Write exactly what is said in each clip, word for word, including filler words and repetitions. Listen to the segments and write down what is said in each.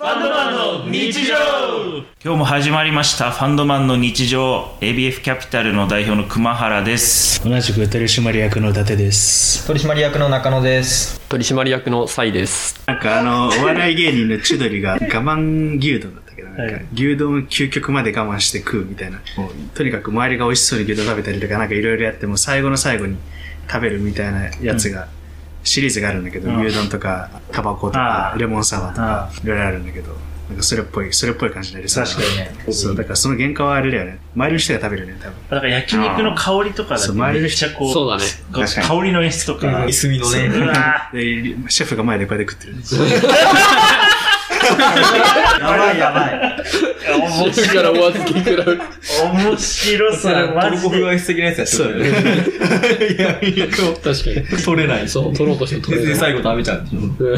ァンドマンの日常。今日も始まりましたファンドマンの日常。 エービーエフ キャピタルの代表の熊原です。 同じく取締役の伊達です。 取締役の中野です。 取締役のサイです。 なんかあのお笑い芸人の千鳥が我慢牛丼だったけど、なんか牛丼究極まで我慢して食うみたいな、もうとにかく周りが美味しそうに牛丼食べたりとかなんかいろいろやっても最後の最後に食べるみたいなやつが、うん、シリーズがあるんだけど、うん、牛丼とかタバコとかレモンサワーとかいろいろあるんだけど、なんかそれっぽいそれっぽい感じになりそう。 確かにね。 そうだからその原価はあれだよね。周りの人が食べるよね多分。 だから焼肉の香りとかだとめっちゃこう、 そうだね。 香りの演出とか、 いすみのね。 でシェフが前でこうやって食ってる。 やばいやばい。 面白いからお預け食らう。 面白そう。 マジでトルコ風が素敵なやつやってるよね。焼肉を確かに取れない。 そう取ろうとして取れない。 で最後食べちゃう。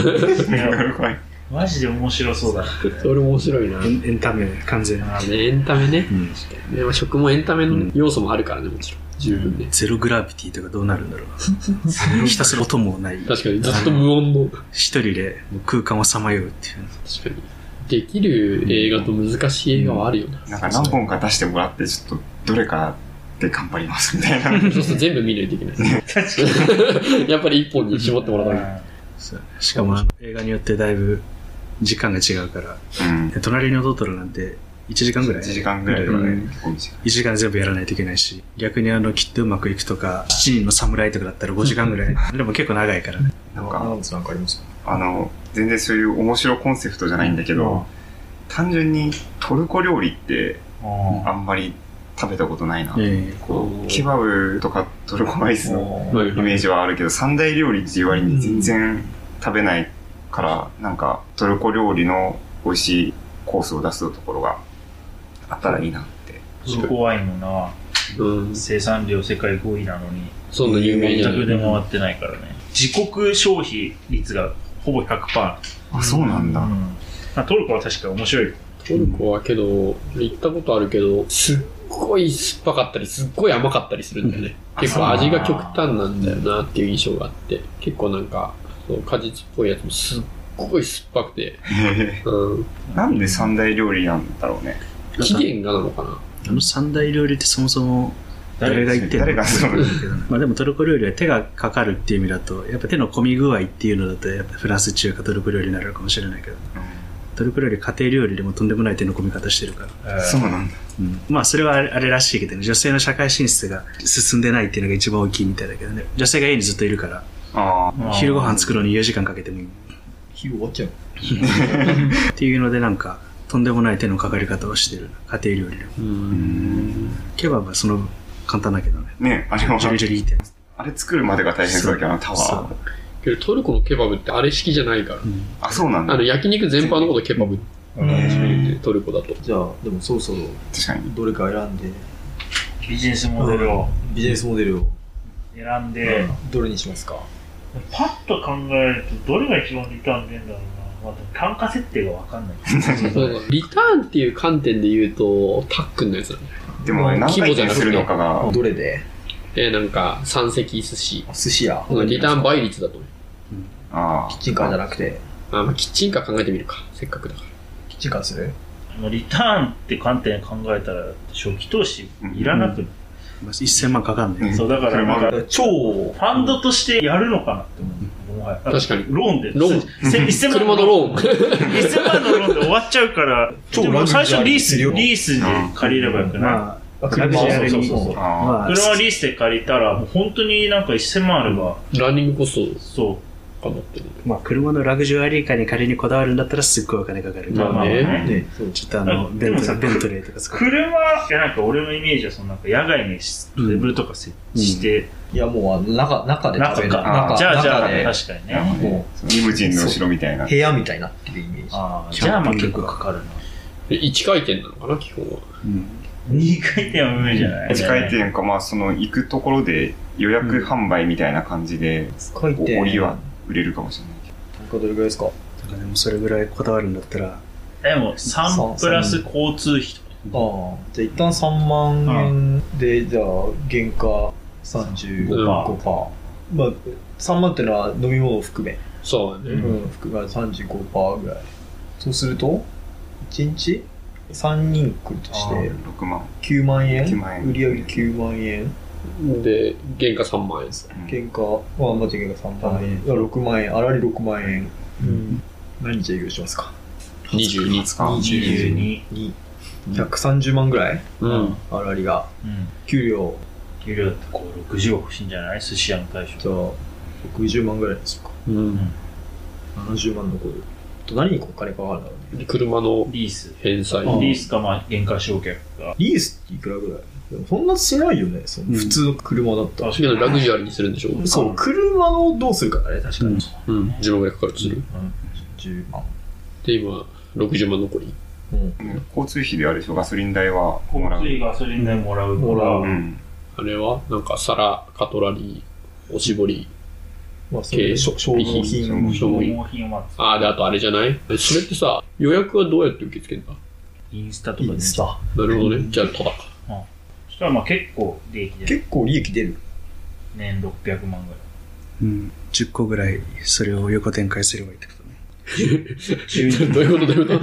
マジで面白そうだ。 それ面白いな。 エン、エンタメ完全あ、ね、エンタメね、うん、でも食もエンタメの要素もあるからね、もちろん十分ね。 ゼログラビティとかどうなるんだろうな。ひたすら音もない。 確かにずっと無音の一人で空間をさまようっていう。 確かにできる映画と難しい映画はあるよな、 うん、なんか何本か出してもらってちょっとどれかで頑張りますみたいな。 そうすると全部見ないといけない。確かにやっぱり一本に絞ってもらわない。 しかも映画によってだいぶ時間が違うから、うん、隣のトトロなんていちじかんぐらい、 いちじかんぐらいとかね、うん、 いちじかん全部やらないといけないし、逆にあのきっとうまくいくとかしちにんの侍とかだったらごじかんぐらいでも結構長いからね。 なんかなんかありますあの全然そういう面白コンセプトじゃないんだけど、うん、単純にトルコ料理ってあんまり食べたことないな、うん、こうケバブとかトルコアイスのイメージはあるけど、三大料理っていう割に全然食べないから、なんかトルコ料理の美味しいコースを出すところがあったらいいなって。 トルコワインもな、うん、生産量世界ごいなのにそんな有名じゃない。 全く出回ってないからね。自国消費率がほぼ ひゃくパーセント。 あ、そうなんだ、うん、 トルコは確か面白い。 トルコはけど行ったことあるけど、すっごい酸っぱかったりすっごい甘かったりするんだよね、うん、結構味が極端なんだよなっていう印象があって、結構なんか果実っぽいやつもすっごい酸っぱくて、 うん、なんで三大料理なんだろうね。 起源がなのかな。 あの三大料理ってそもそも誰が言ってるの？ 誰がそうなんだけど、 まあでもトルコ料理は手がかかるっていう意味だと、やっぱ手の込み具合っていうのだとやっぱフランス中華トルコ料理になるかもしれないけど、うん、トルコ料理家庭料理でもとんでもない手の込み方してるから、 えー、そうなんだ、 うん、まあそれはあれらしいけどね、女性の社会進出が進んでないっていうのが一番大きいみたいだけどね。女性が家にずっといるから、あ昼ご飯作るのによじかんかけてもいい。 昼終わっちゃうっていうので、なんかとんでもない手のかかり方をしてる家庭料理でも。うーん、ケバブはその簡単だけどね。 ね、あれはジョリジョリって。 あれ作るまでが大変そうだけど、タワー。 けどトルコのケバブってあれ式じゃないから。うん、 あ、そうなんだ。 あの焼肉全般のことケバブって言うトルコだと。 じゃあでもそろそろ確かにどれか選んでビジネスモデルを、 うん、ビジネスモデルを選んで、 うん、どれにしますか。 パッと考えるとどれが一番リターン出るんだろうな。まあ、単価設定が分かんないリターンっていう観点で言うとタックンのやつなんだよ。 でも何回転するのかがどれで、 えー、なんか三席寿司寿司屋リターン倍率だと思う、 うん、あキッチンカーじゃなくて、 あ、まあ、キッチンカー考えてみるか、せっかくだから。 キッチンカーする。 リターンって観点考えたら初期投資いらなくない、 うん、いっせんまんかかんない、 うん、そうだからなんか超ファンドとしてやるのかなって思う、うん、 確かにローンでローンいっせんまん車のローンいっせんまんのローンで終わっちゃうからでも最初リースリースで借りればよくない、まあ車リースで借りたらもう本当になんかいっせんまんあればランニングコストそうかなってる。 まあ車のラグジュアリーカーに仮にこだわるんだったらすっごいお金かかる。 まあまあね。ねちょっとあのベントベントレーとか使う。車いやなんか俺のイメージはそのなんか野外にテーブルとか設置して、うんうん、いやもう中中で食べる。 中じゃあじゃあ確かにね。 もうリムジンの後ろみたいな部屋みたいなっていうイメージ。 ああじゃあまあ結構かかるな。 いちかいてんなのかな基本は。 うん。にかいてんは無理じゃない。 いちかいてんかまあその行くところで予約販売みたいな感じで折りは売れるかもしれない。 どれぐらいですか。 でもそれぐらいこだわるんだったらでもさんプラス交通費とか。 ああじゃあ一旦さんまんえんで、じゃあ原価さんじゅうごパーセント、まあさんまんっていうのは飲み物を含めそうね、 うん、含めさんじゅうごパーセントぐらいそうすると、いちにちさんにん来るとして、 ろくまん。 きゅうまんえん、 きゅうまんえん売り上げきゅうまんえん。 で、原価さんまんえんです。 原価は、まず原価さんまんえん。ろくまんえん、粗利ろくまんえん。うん。何日営業しますか？ にじゅうに。 にじゅうに。 ひゃくさんじゅうまんぐらい？ うん。 粗利が。 うん。 給料。 給料ってこうろくじゅうおく欲しいんじゃない？寿司屋の大将。 じゃあ、ろくじゅうまんぐらいですか。 うん。 ななじゅうまん残る。と何にお金かかるんだろうね。 車のリース。 返済。 リースか、まあ、原価償却が。 リースっていくらぐらい？でもそんなしないよね、その普通の車だったら。 けどラグジュアリーにするんでしょ？ そう、車のどうするかだね、確かに。 うん。じゅうまんぐらいかかるとする。 うん。じゅうまん。 で、今、ろくじゅうまん残り。 うん。 交通費であるでしょ、ガソリン代は交通費ガソリン代もらう。 もらう。 うん。 あれはなんか皿、カトラリー、おしぼり、 まあ、それ消耗品。 消耗品。ああ、で、あとあれじゃない？それってさ、予約はどうやって受け付けるんだ？ インスタとかで。 インスタ。 なるほどね。じゃあ、ただか。 うん。そしたらまあ結構利益出る。 結構利益出る。 年ろっぴゃくまんぐらい。 うん。じゅっこぐらい、それを横展開すればいいってことね。 どういうことどういうこと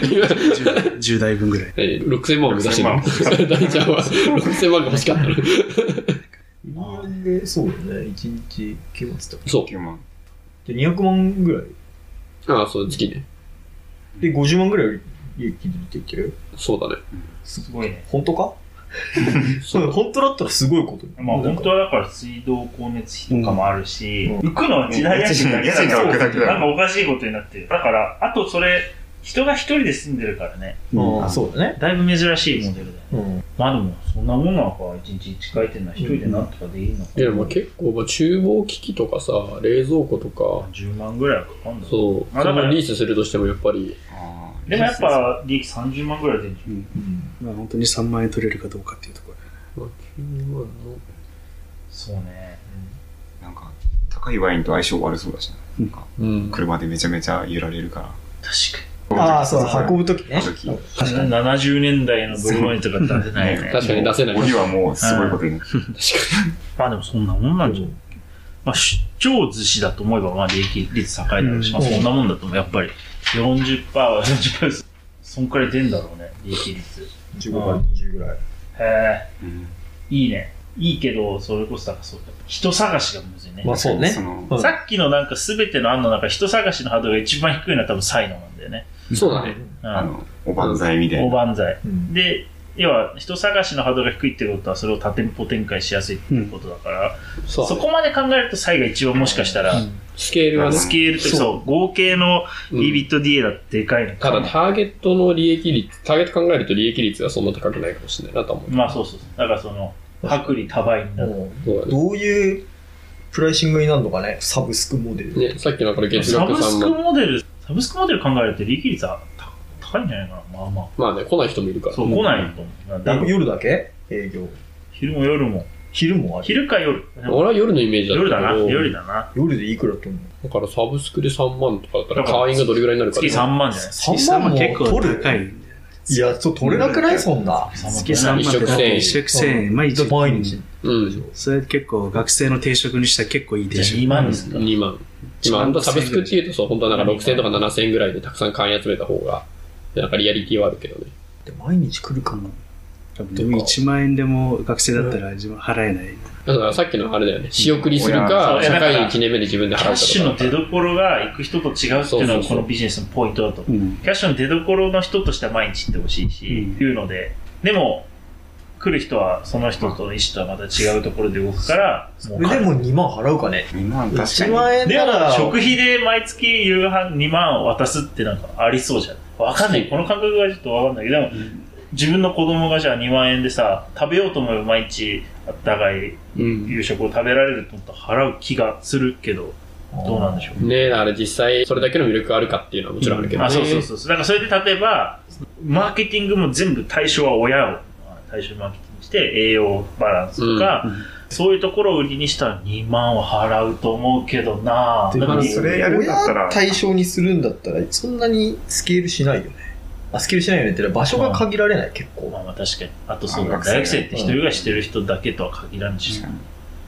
じゅう 台分ぐらい。 え、ろくせんまんを目指してるの？大ちゃんはろくせんまんが欲しかったの。 で、そうだね。いちにちきゅうまんつった。 そう。 きゅうまん。 で、にひゃくまんぐらい。 ああ、そう、月ね。 で、ごじゅうまんぐらい利益出るって言ってる？ そうだね。 すごいね。 本当か？そう、本当だったらすごいこと。 まあ本当はだから水道光熱費とかもあるし、浮くのは時代家賃だけだから、なんかおかしいことになってる。だから、あとそれ、人が一人で住んでるからね。 うん、そうだね。 だいぶ珍しいモデルだよ。 うん。 まあでも、そんなもんなのか、一日一回転な一人でなんとかでいいのか。 いや、まあ結構、まあ厨房機器とかさ、冷蔵庫とか、 じゅうまんぐらいはかかんだろう。 そう。それリースするとしてもやっぱり。 でもやっぱ利益さんじゅうまんぐらい出るんじゃん。 うん。まあ本当にさんまんえん取れるかどうかっていうところだよね。 まあ、きゅうまんの。 そうね。 なんか、高いワインと相性悪そうだしな。なんか、車でめちゃめちゃ揺られるから。 確かに。 ああ、そう、運ぶときね。 確かに。ななじゅうねんだいのブルーワインとか出せないよね。 確かに出せない。 折はもうすごいことになる。 確かに。 まあでもそんなもんなんじゃん。まあ出張寿司だと思えば、まあ利益率高いだろうし、まあそんなもんだと思う。やっぱり よんじゅっパーセント はよんじゅっパーセント そんくらい出んだろうね、利益率。 じゅうごからにじゅうぐらい。 へえ、いいね。いいけど、それこそ、そう人探しがむずいね。 まあそうね。 さっきのなんか全ての案の中、人探しのハードルが一番低いのは多分才能なんだよね。 そうだね。 あの、おばんざいみたいな。 おばんざい。で、要は人探しのハードルが低いってことは、それを多店舗展開しやすいっていうことだから、そこまで考えると才が一番もしかしたら、 スケールはね。 スケールってそう、合計の イービットディーエー だってでかいのただターゲットの利益率、ターゲット考えると利益率はそんな高くないかもしれないなと思う。 まあそうそう。だからその、薄利多売になる。 どういうプライシングになるのかね、サブスクモデル。 ね、さっきのこれ月額さんまん。 サブスクモデル、サブスクモデル考えると利益率は高いんじゃないかな、まあまあ。 まあね、来ない人もいるから。 そう、来ないと思う。 夜だけ営業。 昼も夜も。 昼もある。 昼か夜。 俺は夜のイメージだったけど。 夜だな、夜だな。 夜でいくらと思う。 だからサブスクでさんまんとかだったら会員がどれぐらいになるか。 月さんまんじゃないさんまんも結構高い。 いや、そう、取れなくないそんな。 月さんまんって一食せんえん。毎日。 毎日。 うん。 それ結構学生の定食にしたら結構いい定食。 にまんですか ? にまん。今、本当サブスクって言うとそう、本当はなんかろくせんえんとかななせんえんぐらいでたくさん会員集めた方が、なんかリアリティはあるけどね。 で毎日来るかも。 でもいちまんえんでも学生だったら自分払えない。 だからさっきのあれだよね。仕送りするか、社会人いちねんめで自分で払うか。 キャッシュの出所が行く人と違うっていうのがこのビジネスのポイントだと。キャッシュの出所の人としては毎日行ってほしいし、いうので、でも、来る人はその人との意思とはまた違うところで動くから、 もうでもにまん払うかね。 にまん確かに。いちまんえんなら。 でも食費で毎月夕飯にまん渡すってなんかありそうじゃん。わかんない。この感覚がちょっとわかんないけど、でも、自分の子供がじゃあにまんえんでさ、食べようと思えば毎日あったかい夕食を食べられると思ったら払う気がするけど、どうなんでしょう。 ねえ、だから実際それだけの魅力があるかっていうのはもちろんあるけどね。 あ、そうそうそう。だからそれで例えば、マーケティングも全部対象は親を対象マーケティングして、栄養バランスとか、うんうん、そういうところを売りにしたらにまんは払うと思うけどなぁ。 でそれやるんだったら。 親対象にするんだったら、そんなにスケールしないよね。あ、スキルしないよねって場所が限られない、結構。 まあまあ確かに。あとそうだ、大学生って一人暮らししてる人だけとは限らんし。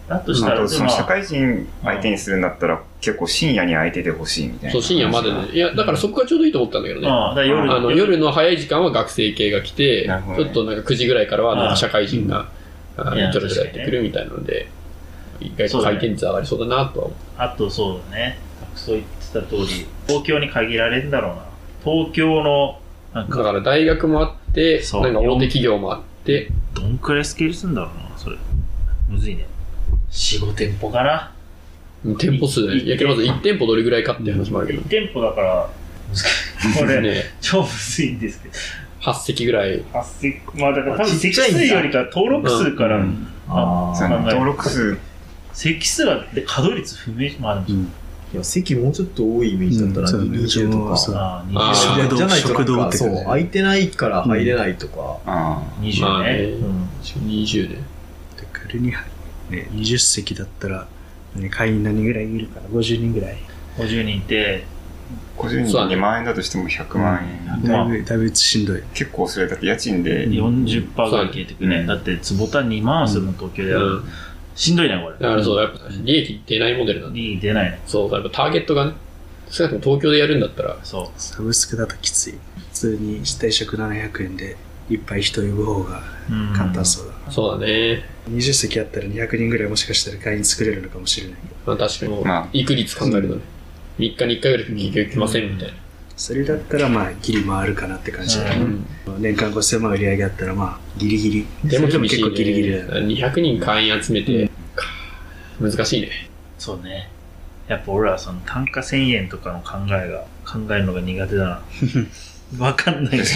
だとしたら、 その社会人相手にするんだったら、結構深夜に空いててほしいみたいな。 そう、深夜までね。いや、だからそこがちょうどいいと思ったんだけどね。 ああ、夜あの夜の早い時間は学生系が来て、ね、ちょっとなんかくじぐらいからはなんか社会人がちょろちょろやってくるみたいなので、意外と回転率上がりそうだなとは思う。 あとそうだね。そう言ってた通り、東京に限られるんだろうな。東京の、なんか。 だから大学もあって、なんか大手企業もあって。 どんくらいスケールするんだろうな、それ。むずいね。よん、ご店舗かな。 店舗数ね。いやけどまずいち店舗どれぐらいかっていう話もあるけど。 いち店舗だから、これ、ね、超むずいんですけど。 はち席ぐらい。 はち席。まあだから多分席数よりか登録数から、うん、 ああ、登録数。 席数はで稼働率不明。まあでも、うんいや席もうちょっと多いイメージだったらにじゅうとかさ、 食堂じゃないと食堂ってそう空いてないから入れないとか、 にじゅうね、 にじゅうね。 で仮にねにじゅっ席だったら会員何ぐらいいるかな、ごじゅうにんぐらい。 ごじゅうにんいて、 ごじゅうにんでにまん円だとしてもひゃくまんえん。 だいぶだいぶしんどい。 結構それだって家賃でよんじゅっパーセント ぐらい消えてくね。だって坪単にまんするの東京でやる。しんどいな、これ。 だからそう、やっぱ利益出ないモデルなんで。 利益出ないね。 そう、やっぱターゲットがね、少なくとも東京でやるんだったら。 そう。 サブスクだときつい。普通に定食ななひゃくえんでいっぱい人呼ぶ方が簡単そうだ。 うん、そうだね。 にじゅっ席あったらにひゃくにんぐらいもしかしたら会員作れるのかもしれないけど。 まあ確かに、まあ、育率考えるとね、みっかにいっかいぐらい結局来ませんみたいな。 それだったらまあギリ回るかなって感じだね、うん、年間ごせんまん売り上げあったらまあギリギリでも厳しい、ね、 結構ギリギリだよにひゃくにん会員集めて、うん、難しいね。 そうね。やっぱ俺はその単価せんえんとかの考えが考えるのが苦手だな。わかんない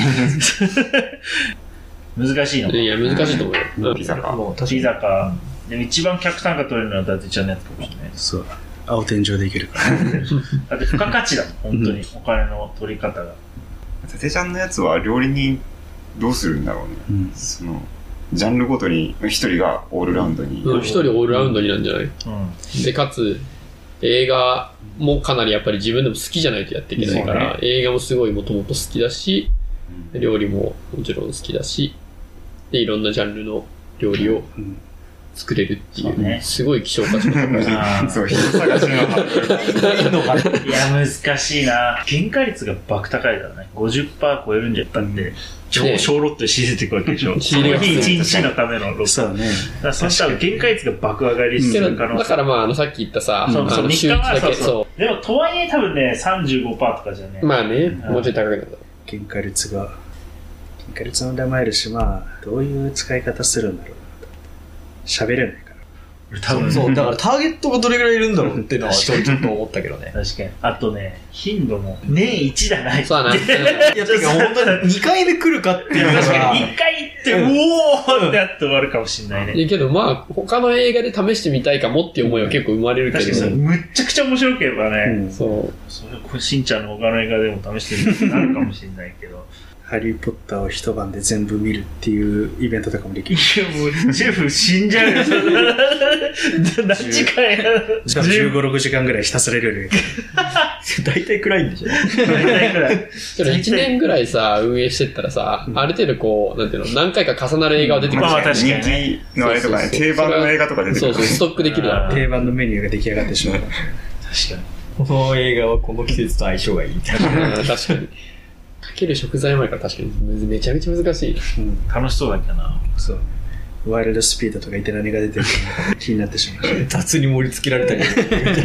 難しいの。 いや難しいと思うよ、 うん、ピザかピザか、うん、でも一番客単価取れるのは伊達ちゃんのやつかもしれない。 そう青天井でいけるからだって付加価値だもん本当に、うん、お金の取り方が。 伊達ちゃんのやつは料理人どうするんだろうね、うん、そのジャンルごとに一人がオールラウンドに、 一人オールラウンドになんじゃない、うん、でかつ映画もかなりやっぱり自分でも好きじゃないとやっていけないから、ね、映画もすごいもともと好きだし、うん、料理ももちろん好きだしでいろんなジャンルの料理を作れるっていう、ね、すごい希少価値の高いそう人探しのいや難しいな。原価率が爆高いからね ごじゅっパーセント 超えるんじゃったんで、うん超小ロットで仕入れていくわけでしょ。その日一日のためのロット。 そうね。 だからそしたら原価率が爆上がりする可能性。 だからまあ、あの、さっき言ったさ、 そうそう、 週いちだけ。そう。 でも、とはいえ多分ね、さんじゅうごパーセント とかじゃね。 まあね、もうちょい高くなった。 原価率が、原価率の問題もあるし、まあ、どういう使い方するんだろうなと。喋れないから。 多分そう、だからターゲットがどれぐらいいるんだろうっていうのはちょっと思ったけどね。 確かに。あとね、頻度も年いちじゃない。 そうだな。いや、てか本当ににかいめ来るかっていうのが。 確かにいっかい行って、うおーってやって終わるかもしれないね。 いやけどまあ、他の映画で試してみたいかもっていう思いは結構生まれるけど。 確かにむっちゃくちゃ面白ければね。 うん、そう。 それこれしんちゃんの他の映画でも試してみるってなるかもしれないけど。 ハリーポッターを一晩で全部見るっていうイベントとかもできる。 いやもうジェフ死んじゃうよ。何時間やる？ じゅうご、ろくじかんぐらいひたすら料理。 大体暗いんでしょ。大体暗い。 けどいちねんぐらいさ、運営してったらさ、ある程度こう、なんていうの、何回か重なる映画が出てくる。 まあ確かに。人気のあれとかね、定番の映画とか出てくる。 そうそう、ストックできるだろ。 定番のメニューが出来上がってしまう。確かに。この映画はこの季節と相性がいいみたいな。 確かに。かける食材前から確かにめちゃめちゃ難しい、 うん、楽しそうだっけな。 そうワイルドスピードとか一体何が出てるか気になってしまう雑に盛り付けられたりロ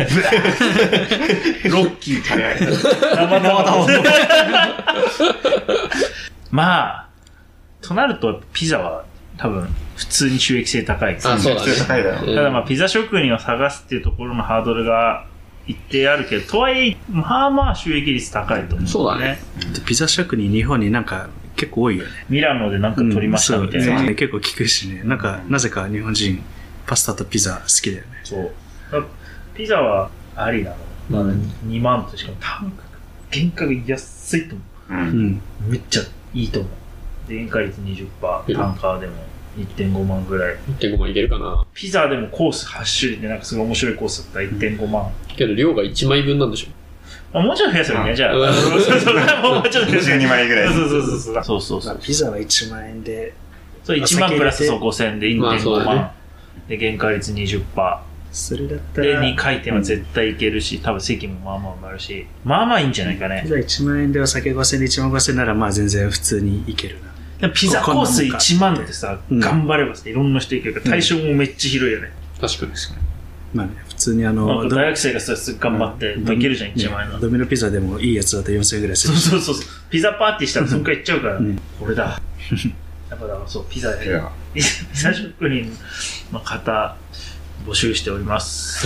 ッキー早い生々まあとなるとピザは多分普通に収益性高いです、 ね、あそうだね、 高いだろう。 ただまあピザ職人を探すっていうところのハードルが一定あるけど、とはいえ、まあまあ収益率高いと思う、ね。 そうだね。 ピザ職人日本になんか結構多いよね。 ミラノでなんか取りましたみたいな。 うんね、結構聞くしね。なんか、なぜか日本人、パスタとピザ好きだよね。 そう。ピザはありなの。まあ、にまんとしかも単価、原価が安いと思う。うん。めっちゃいいと思う。で、原価率 にじゅっパーセント、単価でも いってんごまんぐらい。 いってんごまんいけるかな。 ピザでもコースはち種類でなんかすごい面白いコースだったら いってんごまん。 けど量がいちまいぶんなんでしょ。 あ、もうちょっと増やせるね、じゃあ。そうそうそう。もうちょっと増やせる。 にじゅうにまいぐらい。 そうそうそうそう。そうそうそう。 ピザはいちまん円で。 そう、いちまんプラスそうごせんでいってんごまん。 で、原価率 にじゅっパそれだったーセント。 ら。 で、にかい転は絶対いけるし、多分席もまあまあ埋まるし、まあまあいいんじゃないかね。 じゃあいちまん円でお酒ごせんでいちまんごせんならまあ全然普通にいけるな。 でもピザコースいちまんってさ、 うん頑張ればさ、いろんな人いけるから、対象もめっちゃ広いよね。 確かに。 まあね、普通にあなんの、 か大学生がさ、頑張って、もういけるじゃん、いちまん円の。 ドミノピザでもいいやつだとよんせんえんぐらいすそうる。 そうそうそう。ピザパーティーしたらそんくらいいっちゃうから、 うんこれだ。やっぱだからそう、ピザいやピザ職人の方、募集しております。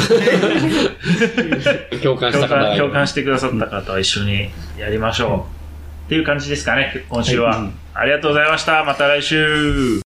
共感し共感、 た方がいる共感してくださった方は一緒にやりましょう。っていう感じですかね、今週は。ありがとうございました。また来週。